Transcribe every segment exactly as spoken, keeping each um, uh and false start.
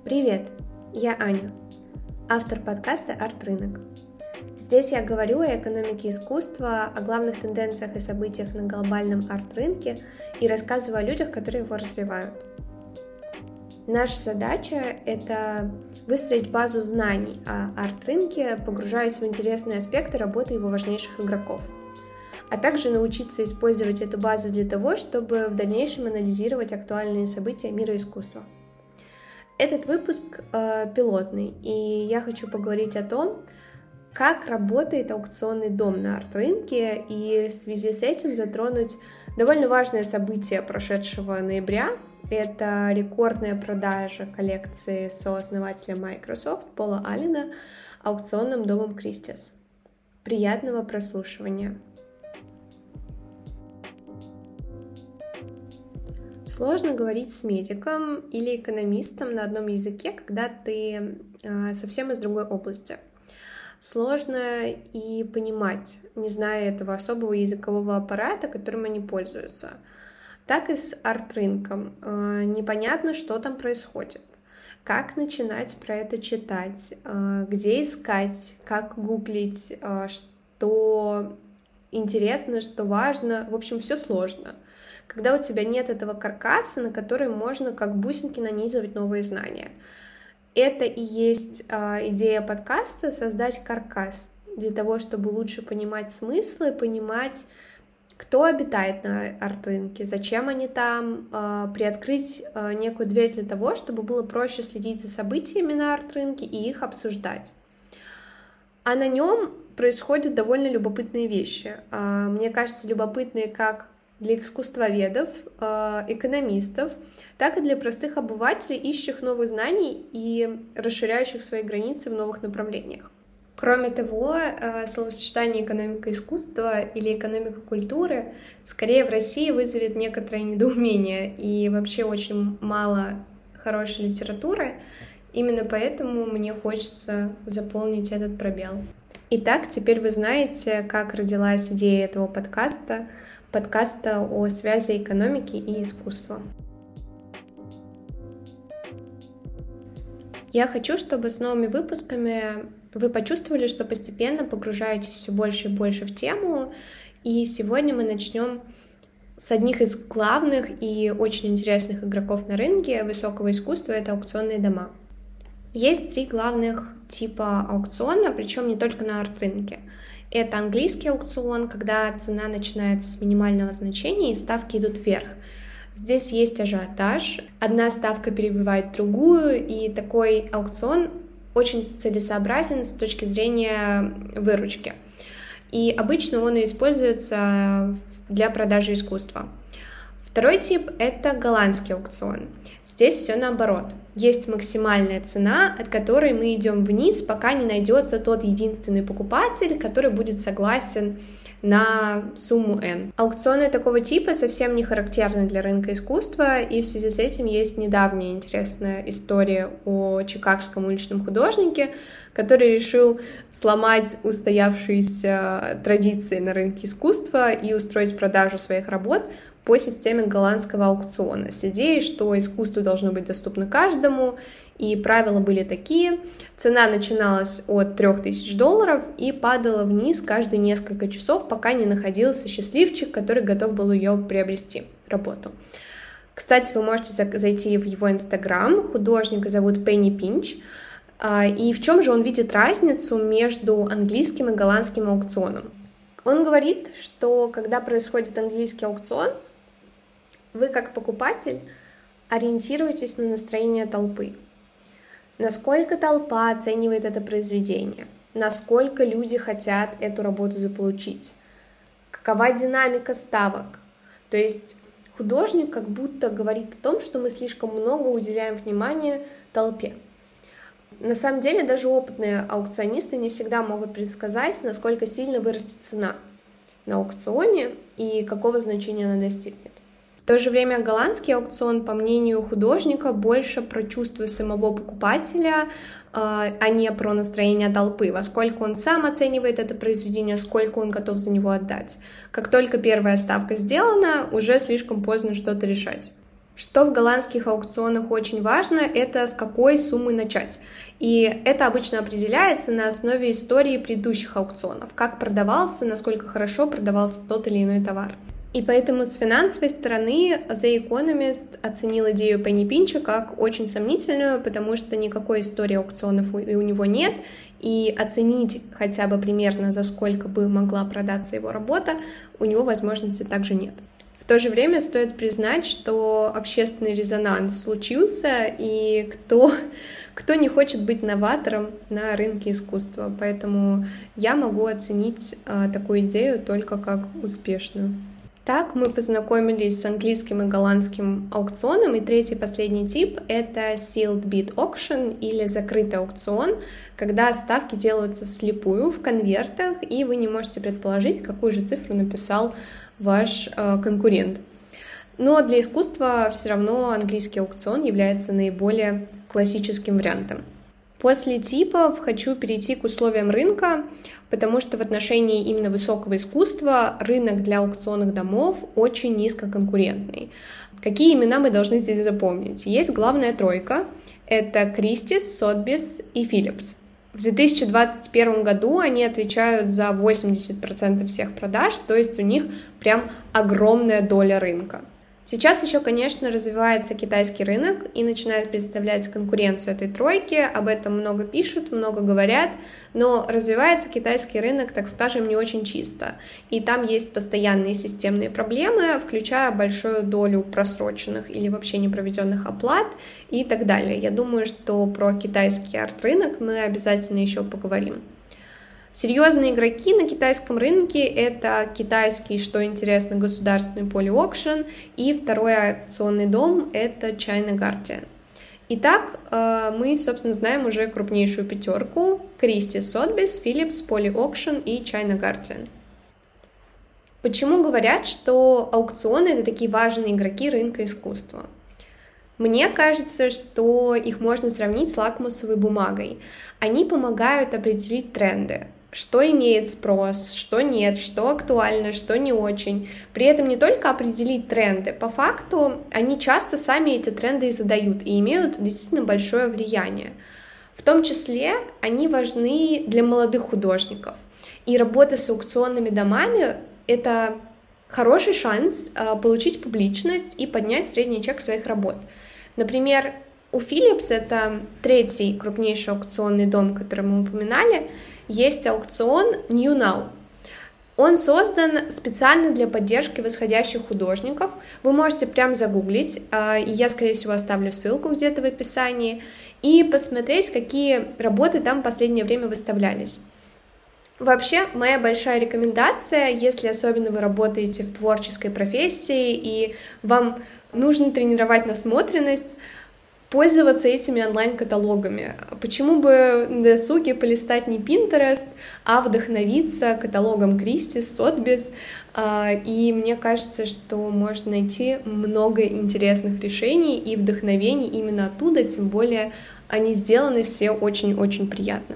Привет, я Аня, автор подкаста «Арт-рынок». Здесь я говорю о экономике искусства, о главных тенденциях и событиях на глобальном арт-рынке и рассказываю о людях, которые его развивают. Наша задача — это выстроить базу знаний о арт-рынке, погружаясь в интересные аспекты работы его важнейших игроков, а также научиться использовать эту базу для того, чтобы в дальнейшем анализировать актуальные события мира искусства. Этот выпуск э, пилотный, и я хочу поговорить о том, как работает аукционный дом на арт-рынке, и в связи с этим затронуть довольно важное событие прошедшего ноября. Это рекордная продажа коллекции сооснователя Microsoft Пола Аллена аукционным домом Кристис. Приятного прослушивания! Сложно говорить с медиком или экономистом на одном языке, когда ты э, совсем из другой области. Сложно и понимать, не зная этого особого языкового аппарата, которым они пользуются. Так и с арт-рынком. Э, непонятно, что там происходит, как начинать про это читать, э, где искать, как гуглить, э, что интересно, что важно. В общем, все сложно. Когда у тебя нет этого каркаса, на который можно как бусинки нанизывать новые знания. Это и есть э, идея подкаста — создать каркас для того, чтобы лучше понимать смыслы, понимать, кто обитает на арт-рынке, зачем они там, э, приоткрыть э, некую дверь для того, чтобы было проще следить за событиями на арт-рынке и их обсуждать. А на нем происходят довольно любопытные вещи. Э, мне кажется, любопытные как для искусствоведов, экономистов, так и для простых обывателей, ищущих новых знаний и расширяющих свои границы в новых направлениях. Кроме того, словосочетание «экономика искусства» или «экономика культуры» скорее в России вызовет некоторое недоумение и вообще очень мало хорошей литературы. Именно поэтому мне хочется заполнить этот пробел. Итак, теперь вы знаете, как родилась идея этого подкаста, подкаста о связи экономики и искусства. Я хочу, чтобы с новыми выпусками вы почувствовали, что постепенно погружаетесь все больше и больше в тему, и сегодня мы начнем с одних из главных и очень интересных игроков на рынке высокого искусства — это аукционные дома. Есть три главных типа аукциона, причем не только на арт-рынке. Это английский аукцион, когда цена начинается с минимального значения и ставки идут вверх. Здесь есть ажиотаж, одна ставка перебивает другую, и такой аукцион очень целесообразен с точки зрения выручки. И обычно он и используется для продажи искусства. Второй тип — это голландский аукцион. Здесь все наоборот. Есть максимальная цена, от которой мы идем вниз, пока не найдется тот единственный покупатель, который будет согласен на сумму N. Аукционы такого типа совсем не характерны для рынка искусства, и в связи с этим есть недавняя интересная история о чикагском уличном художнике, который решил сломать устоявшиеся традиции на рынке искусства и устроить продажу своих работ по системе голландского аукциона, с идеей, что искусство должно быть доступно каждому, и правила были такие: цена начиналась от трех тысяч долларов и падала вниз каждые несколько часов, пока не находился счастливчик, который готов был ее приобрести, работу. Кстати, вы можете зайти в его инстаграм, художника зовут Пенни Пинч, и в чем же он видит разницу между английским и голландским аукционом. Он говорит, что когда происходит английский аукцион, вы, как покупатель, ориентируетесь на настроение толпы. Насколько толпа оценивает это произведение, насколько люди хотят эту работу заполучить, какова динамика ставок. То есть художник как будто говорит о том, что мы слишком много уделяем внимания толпе. На самом деле даже опытные аукционисты не всегда могут предсказать, насколько сильно вырастет цена на аукционе и какого значения она достигнет. В то же время голландский аукцион, по мнению художника, больше про чувство самого покупателя, а не про настроение толпы, во сколько он сам оценивает это произведение, сколько он готов за него отдать. Как только первая ставка сделана, уже слишком поздно что-то решать. Что в голландских аукционах очень важно, это с какой суммы начать. И это обычно определяется на основе истории предыдущих аукционов, как продавался, насколько хорошо продавался тот или иной товар. И поэтому с финансовой стороны The Economist оценил идею Пенни Пинча как очень сомнительную, потому что никакой истории аукционов у, у него нет, и оценить хотя бы примерно, за сколько бы могла продаться его работа, у него возможности также нет. В то же время стоит признать, что общественный резонанс случился, и кто, кто не хочет быть новатором на рынке искусства, поэтому я могу оценить а, такую идею только как успешную. Так мы познакомились с английским и голландским аукционом, и третий последний тип — это sealed bid auction или закрытый аукцион, когда ставки делаются вслепую в конвертах, и вы не можете предположить, какую же цифру написал ваш э, конкурент. Но для искусства все равно английский аукцион является наиболее классическим вариантом. После типов хочу перейти к условиям рынка, потому что в отношении именно высокого искусства рынок для аукционных домов очень низкоконкурентный. Какие имена мы должны здесь запомнить? Есть главная тройка — это Christie's, Sotheby's и Phillips. В две тысячи двадцать первом году они отвечают за восемьдесят процентов всех продаж, то есть у них прям огромная доля рынка. Сейчас еще, конечно, развивается китайский рынок и начинает представлять конкуренцию этой тройке, об этом много пишут, много говорят, но развивается китайский рынок, так скажем, не очень чисто, и там есть постоянные системные проблемы, включая большую долю просроченных или вообще не проведенных оплат и так далее. Я думаю, что про китайский арт-рынок мы обязательно еще поговорим. Серьезные игроки на китайском рынке — это китайский, что интересно, государственный Poly-Auction, и второй аукционный дом — это China Guardian. Итак, мы, собственно, знаем уже крупнейшую пятерку: Christie's, Sotheby's, Phillips, Poly-Auction и China Guardian. Почему говорят, что аукционы — это такие важные игроки рынка искусства? Мне кажется, что их можно сравнить с лакмусовой бумагой. Они помогают определить тренды. Что имеет спрос, что нет, что актуально, что не очень. При этом не только определить тренды, по факту они часто сами эти тренды и задают, и имеют действительно большое влияние. В том числе они важны для молодых художников. И работа с аукционными домами — это хороший шанс получить публичность и поднять средний чек своих работ. Например, у Phillips, это третий крупнейший аукционный дом, который мы упоминали, есть аукцион New Now. Он создан специально для поддержки восходящих художников. Вы можете прям загуглить, и я, скорее всего, оставлю ссылку где-то в описании, и посмотреть, какие работы там в последнее время выставлялись. Вообще, моя большая рекомендация, если особенно вы работаете в творческой профессии и вам нужно тренировать насмотренность, пользоваться этими онлайн-каталогами. Почему бы на досуге полистать не Pinterest, а вдохновиться каталогом Christie's, Sotheby's, и мне кажется, что можно найти много интересных решений и вдохновений именно оттуда, тем более они сделаны все очень-очень приятно.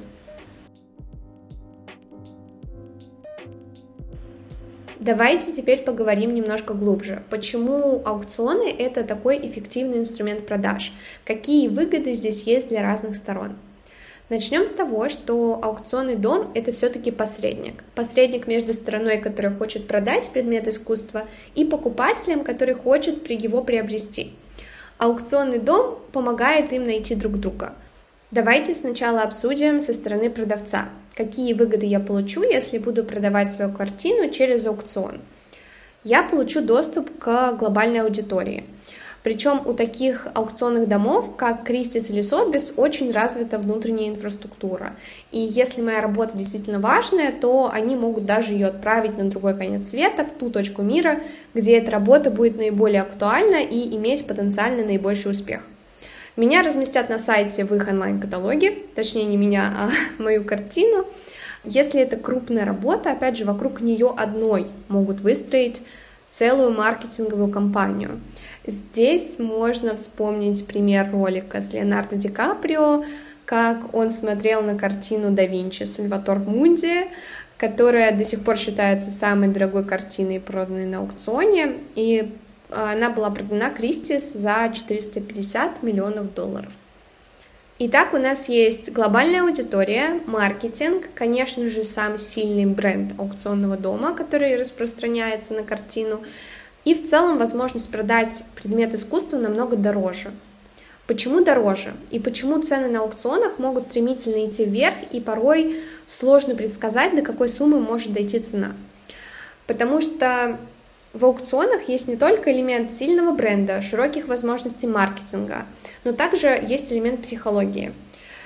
Давайте теперь поговорим немножко глубже. Почему аукционы — это такой эффективный инструмент продаж? Какие выгоды здесь есть для разных сторон? Начнем с того, что аукционный дом — это все-таки посредник. Посредник между стороной, которая хочет продать предмет искусства, и покупателем, который хочет его приобрести. Аукционный дом помогает им найти друг друга. Давайте сначала обсудим со стороны продавца. Какие выгоды я получу, если буду продавать свою картину через аукцион? Я получу доступ к глобальной аудитории. Причем у таких аукционных домов, как Christie's или Sotheby's, очень развита внутренняя инфраструктура. И если моя работа действительно важная, то они могут даже ее отправить на другой конец света, в ту точку мира, где эта работа будет наиболее актуальна и иметь потенциально наибольший успех. Меня разместят на сайте в их онлайн-каталоге, точнее не меня, а мою картину. Если это крупная работа, опять же, вокруг нее одной могут выстроить целую маркетинговую кампанию. Здесь можно вспомнить пример ролика с Леонардо Ди Каприо, как он смотрел на картину да Винчи «Сальватор Мунди», которая до сих пор считается самой дорогой картиной, проданной на аукционе, и она была продана Кристис за четыреста пятьдесят миллионов долларов. Итак, у нас есть глобальная аудитория, маркетинг, конечно же, сам сильный бренд аукционного дома, который распространяется на картину, и в целом возможность продать предмет искусства намного дороже. Почему дороже? И почему цены на аукционах могут стремительно идти вверх, и порой сложно предсказать, до какой суммы может дойти цена? Потому что в аукционах есть не только элемент сильного бренда, широких возможностей маркетинга, но также есть элемент психологии.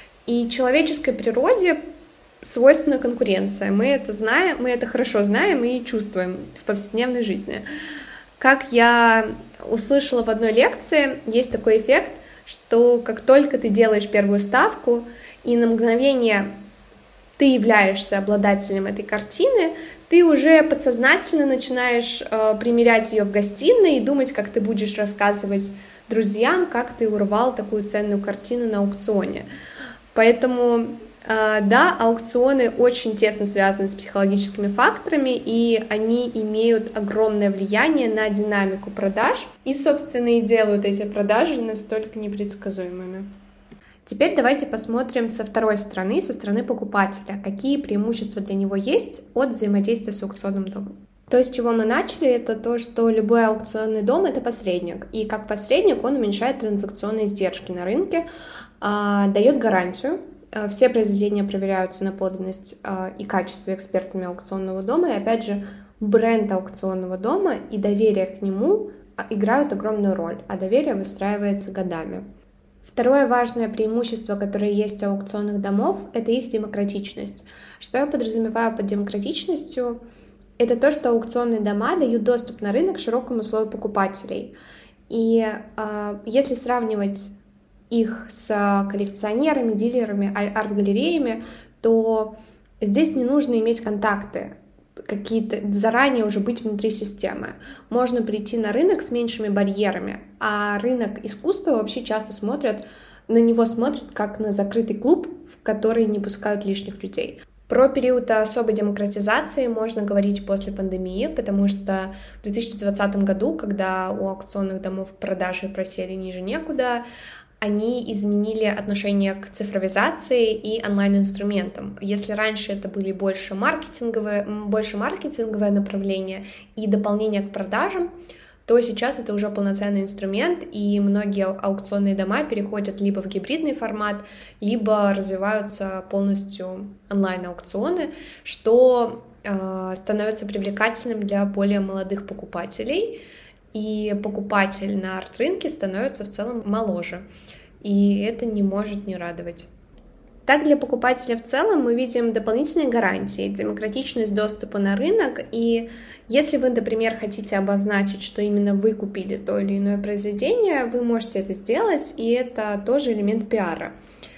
И человеческой природе свойственна конкуренция. Мы это знаем, мы это хорошо знаем и чувствуем в повседневной жизни. Как я услышала в одной лекции, есть такой эффект, что как только ты делаешь первую ставку, и на мгновение ты являешься обладателем этой картины, ты уже подсознательно начинаешь э, примерять ее в гостиной и думать, как ты будешь рассказывать друзьям, как ты урвал такую ценную картину на аукционе. Поэтому, э, да, аукционы очень тесно связаны с психологическими факторами, и они имеют огромное влияние на динамику продаж, и, собственно, и делают эти продажи настолько непредсказуемыми. Теперь давайте посмотрим со второй стороны, со стороны покупателя, какие преимущества для него есть от взаимодействия с аукционным домом. То, с чего мы начали, это то, что любой аукционный дом — это посредник, и как посредник он уменьшает транзакционные издержки на рынке, дает гарантию. Все произведения проверяются на подлинность и качество экспертами аукционного дома, и опять же бренд аукционного дома и доверие к нему играют огромную роль, а доверие выстраивается годами. Второе важное преимущество, которое есть у аукционных домов, это их демократичность. Что я подразумеваю под демократичностью? Это то, что аукционные дома дают доступ на рынок широкому слою покупателей. И э, если сравнивать их с коллекционерами, дилерами, арт-галереями, то здесь не нужно иметь контакты, какие-то заранее уже быть внутри системы. Можно прийти на рынок с меньшими барьерами, а рынок искусства вообще часто смотрят, на него смотрят как на закрытый клуб, в который не пускают лишних людей. Про период особой демократизации можно говорить после пандемии, потому что в две тысячи двадцатом году, когда у аукционных домов продажи просели ниже некуда, они изменили отношение к цифровизации и онлайн-инструментам. Если раньше это были больше маркетинговые, больше маркетинговое направление и дополнение к продажам, то сейчас это уже полноценный инструмент, и многие аукционные дома переходят либо в гибридный формат, либо развиваются полностью онлайн-аукционы, что э, становится привлекательным для более молодых покупателей, и покупатель на арт-рынке становится в целом моложе, и это не может не радовать. Так, для покупателя в целом мы видим дополнительные гарантии, демократичность доступа на рынок, и если вы, например, хотите обозначить, что именно вы купили то или иное произведение, вы можете это сделать, и это тоже элемент пиара.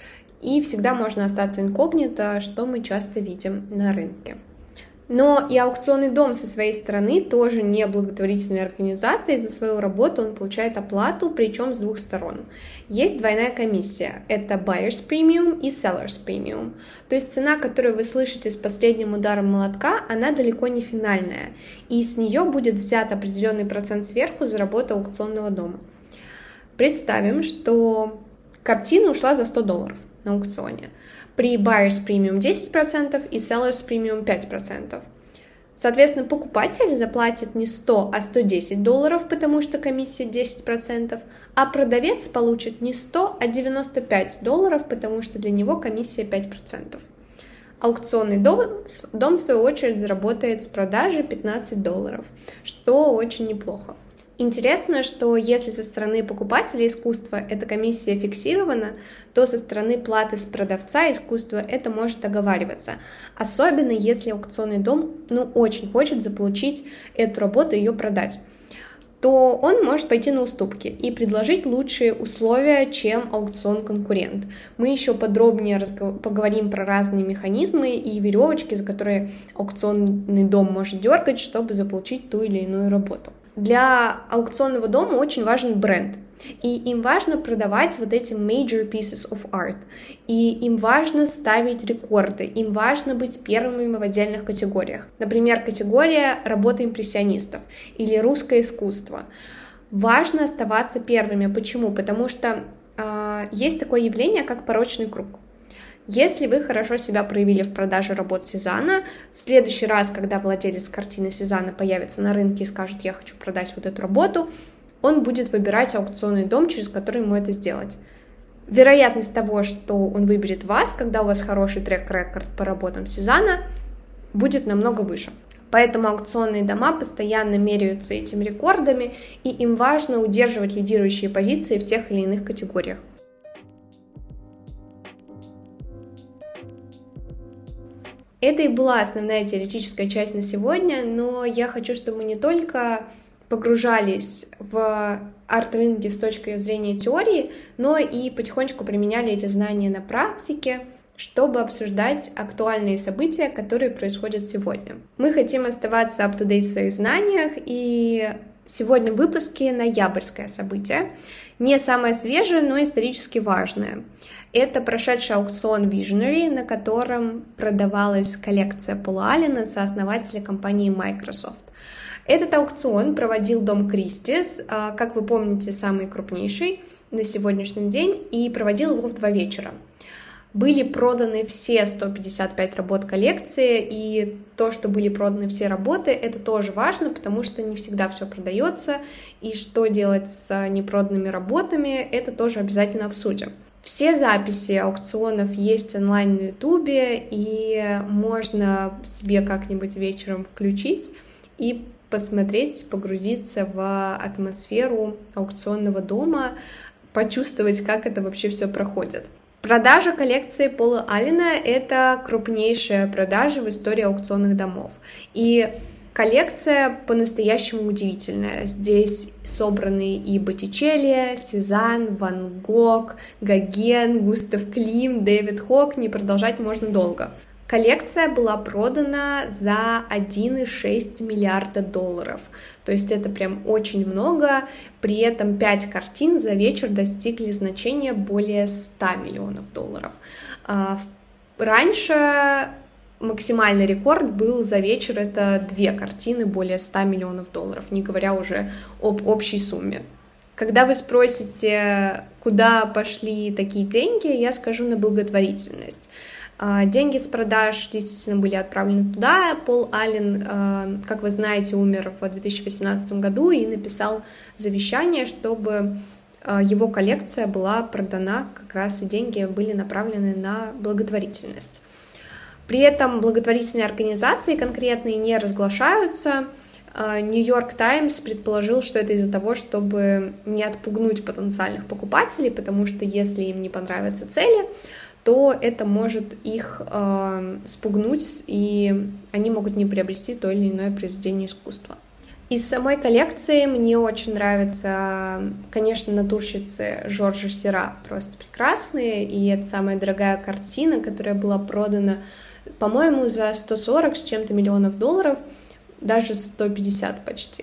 И всегда можно остаться инкогнито, что мы часто видим на рынке. Но и аукционный дом со своей стороны тоже не благотворительная организация, и за свою работу он получает оплату, причем с двух сторон. Есть двойная комиссия, это buyer's premium и seller's premium. То есть цена, которую вы слышите с последним ударом молотка, она далеко не финальная, и с нее будет взят определенный процент сверху за работу аукционного дома. Представим, что картина ушла за сто долларов на аукционе. При buyer's premium десять процентов и seller's premium пять процентов. Соответственно, покупатель заплатит не сто, а сто десять долларов, потому что комиссия десять процентов, а продавец получит не сто, а девяносто пять долларов, потому что для него комиссия пять процентов. Аукционный дом, дом, в свою очередь, заработает с продажи пятнадцать долларов, что очень неплохо. Интересно, что если со стороны покупателя искусства эта комиссия фиксирована, то со стороны платы с продавца искусства это может оговариваться. Особенно если аукционный дом ну, очень хочет заполучить эту работу и ее продать, то он может пойти на уступки и предложить лучшие условия, чем аукцион-конкурент. Мы еще подробнее разгов... поговорим про разные механизмы и веревочки, за которые аукционный дом может дергать, чтобы заполучить ту или иную работу. Для аукционного дома очень важен бренд, и им важно продавать вот эти major pieces of art, и им важно ставить рекорды, им важно быть первыми в отдельных категориях. Например, категория работы импрессионистов или русское искусство. Важно оставаться первыми. Почему? Потому что э, есть такое явление, как порочный круг. Если вы хорошо себя проявили в продаже работ Сезанна, в следующий раз, когда владелец картины Сезанна появится на рынке и скажет: я хочу продать вот эту работу, он будет выбирать аукционный дом, через который ему это сделать. Вероятность того, что он выберет вас, когда у вас хороший трек-рекорд по работам Сезанна, будет намного выше. Поэтому аукционные дома постоянно меряются этими рекордами, и им важно удерживать лидирующие позиции в тех или иных категориях. Это и была основная теоретическая часть на сегодня, но я хочу, чтобы мы не только погружались в арт-рынки с точки зрения теории, но и потихонечку применяли эти знания на практике, чтобы обсуждать актуальные события, которые происходят сегодня. Мы хотим оставаться up-to-date в своих знаниях, и сегодня в выпуске ноябрьское событие. Не самое свежее, но исторически важное. Это прошедший аукцион Visionary, на котором продавалась коллекция Пола Аллена, сооснователя компании Microsoft. Этот аукцион проводил дом Кристис, как вы помните, самый крупнейший на сегодняшний день, и проводил его в два вечера. Были проданы все сто пятьдесят пять работ коллекции, и то, что были проданы все работы, это тоже важно, потому что не всегда все продается, и что делать с непроданными работами, это тоже обязательно обсудим. Все записи аукционов есть онлайн на ютубе, и можно себе как-нибудь вечером включить и посмотреть, погрузиться в атмосферу аукционного дома, почувствовать, как это вообще все проходит. Продажа коллекции Пола Аллена — это крупнейшая продажа в истории аукционных домов. И коллекция по-настоящему удивительная. Здесь собраны и Боттичелли, Сезанн, Ван Гог, Гоген, Густав Клим, Дэвид Хокни, продолжать можно долго. Коллекция была продана за один целых шесть десятых миллиарда долларов, то есть это прям очень много, при этом пять картин за вечер достигли значения более ста миллионов долларов. Раньше максимальный рекорд был за вечер, это две картины более ста миллионов долларов, не говоря уже об общей сумме. Когда вы спросите, куда пошли такие деньги, я скажу: на благотворительность. Деньги с продаж действительно были отправлены туда. Пол Аллен, как вы знаете, умер в две тысячи восемнадцатом году и написал завещание, чтобы его коллекция была продана, как раз и деньги были направлены на благотворительность. При этом благотворительные организации конкретные не разглашаются. Нью-Йорк Таймс предположил, что это из-за того, чтобы не отпугнуть потенциальных покупателей, потому что если им не понравятся цели, то это может их э, спугнуть, и они могут не приобрести то или иное произведение искусства. Из самой коллекции мне очень нравятся, конечно, натурщицы Жоржа Сера, просто прекрасные, и это самая дорогая картина, которая была продана, по-моему, за сто сорок с чем-то миллионов долларов, даже сто пятьдесят почти.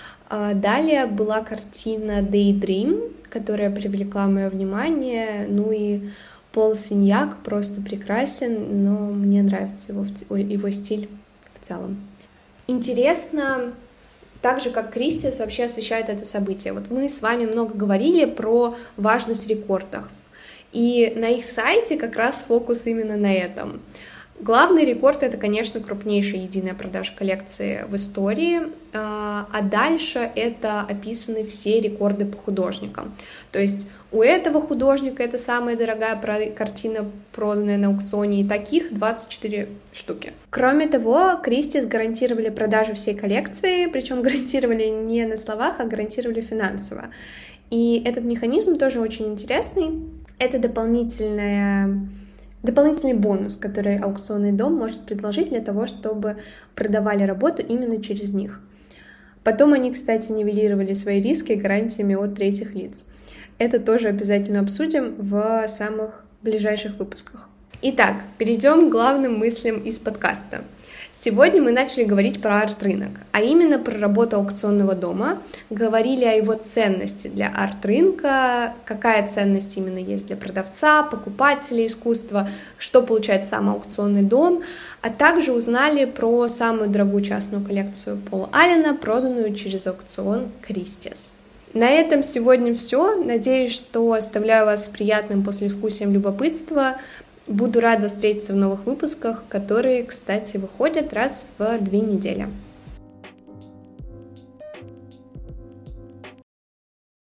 Далее была картина Daydream, которая привлекла мое внимание, ну и Пол Синьяк просто прекрасен, но мне нравится его, его стиль в целом. Интересно, так же, как Кристис вообще освещает это событие. Вот мы с вами много говорили про важность рекордов, и на их сайте как раз фокус именно на этом. Главный рекорд — это, конечно, крупнейшая единая продажа коллекции в истории, а дальше это описаны все рекорды по художникам. То есть у этого художника это самая дорогая картина, проданная на аукционе, и таких двадцать четыре штуки. Кроме того, Кристис гарантировали продажу всей коллекции, причем гарантировали не на словах, а гарантировали финансово. И этот механизм тоже очень интересный. Это дополнительная... Дополнительный бонус, который аукционный дом может предложить для того, чтобы продавали работу именно через них. Потом они, кстати, нивелировали свои риски гарантиями от третьих лиц. Это тоже обязательно обсудим в самых ближайших выпусках. Итак, перейдем к главным мыслям из подкаста. Сегодня мы начали говорить про арт-рынок, а именно про работу аукционного дома, говорили о его ценности для арт-рынка, какая ценность именно есть для продавца, покупателя искусства, что получает сам аукционный дом, а также узнали про самую дорогую частную коллекцию Пола Аллена, проданную через аукцион Кристис. На этом сегодня все. Надеюсь, что оставляю вас с приятным послевкусием любопытства. Буду рада встретиться в новых выпусках, которые, кстати, выходят раз в две недели.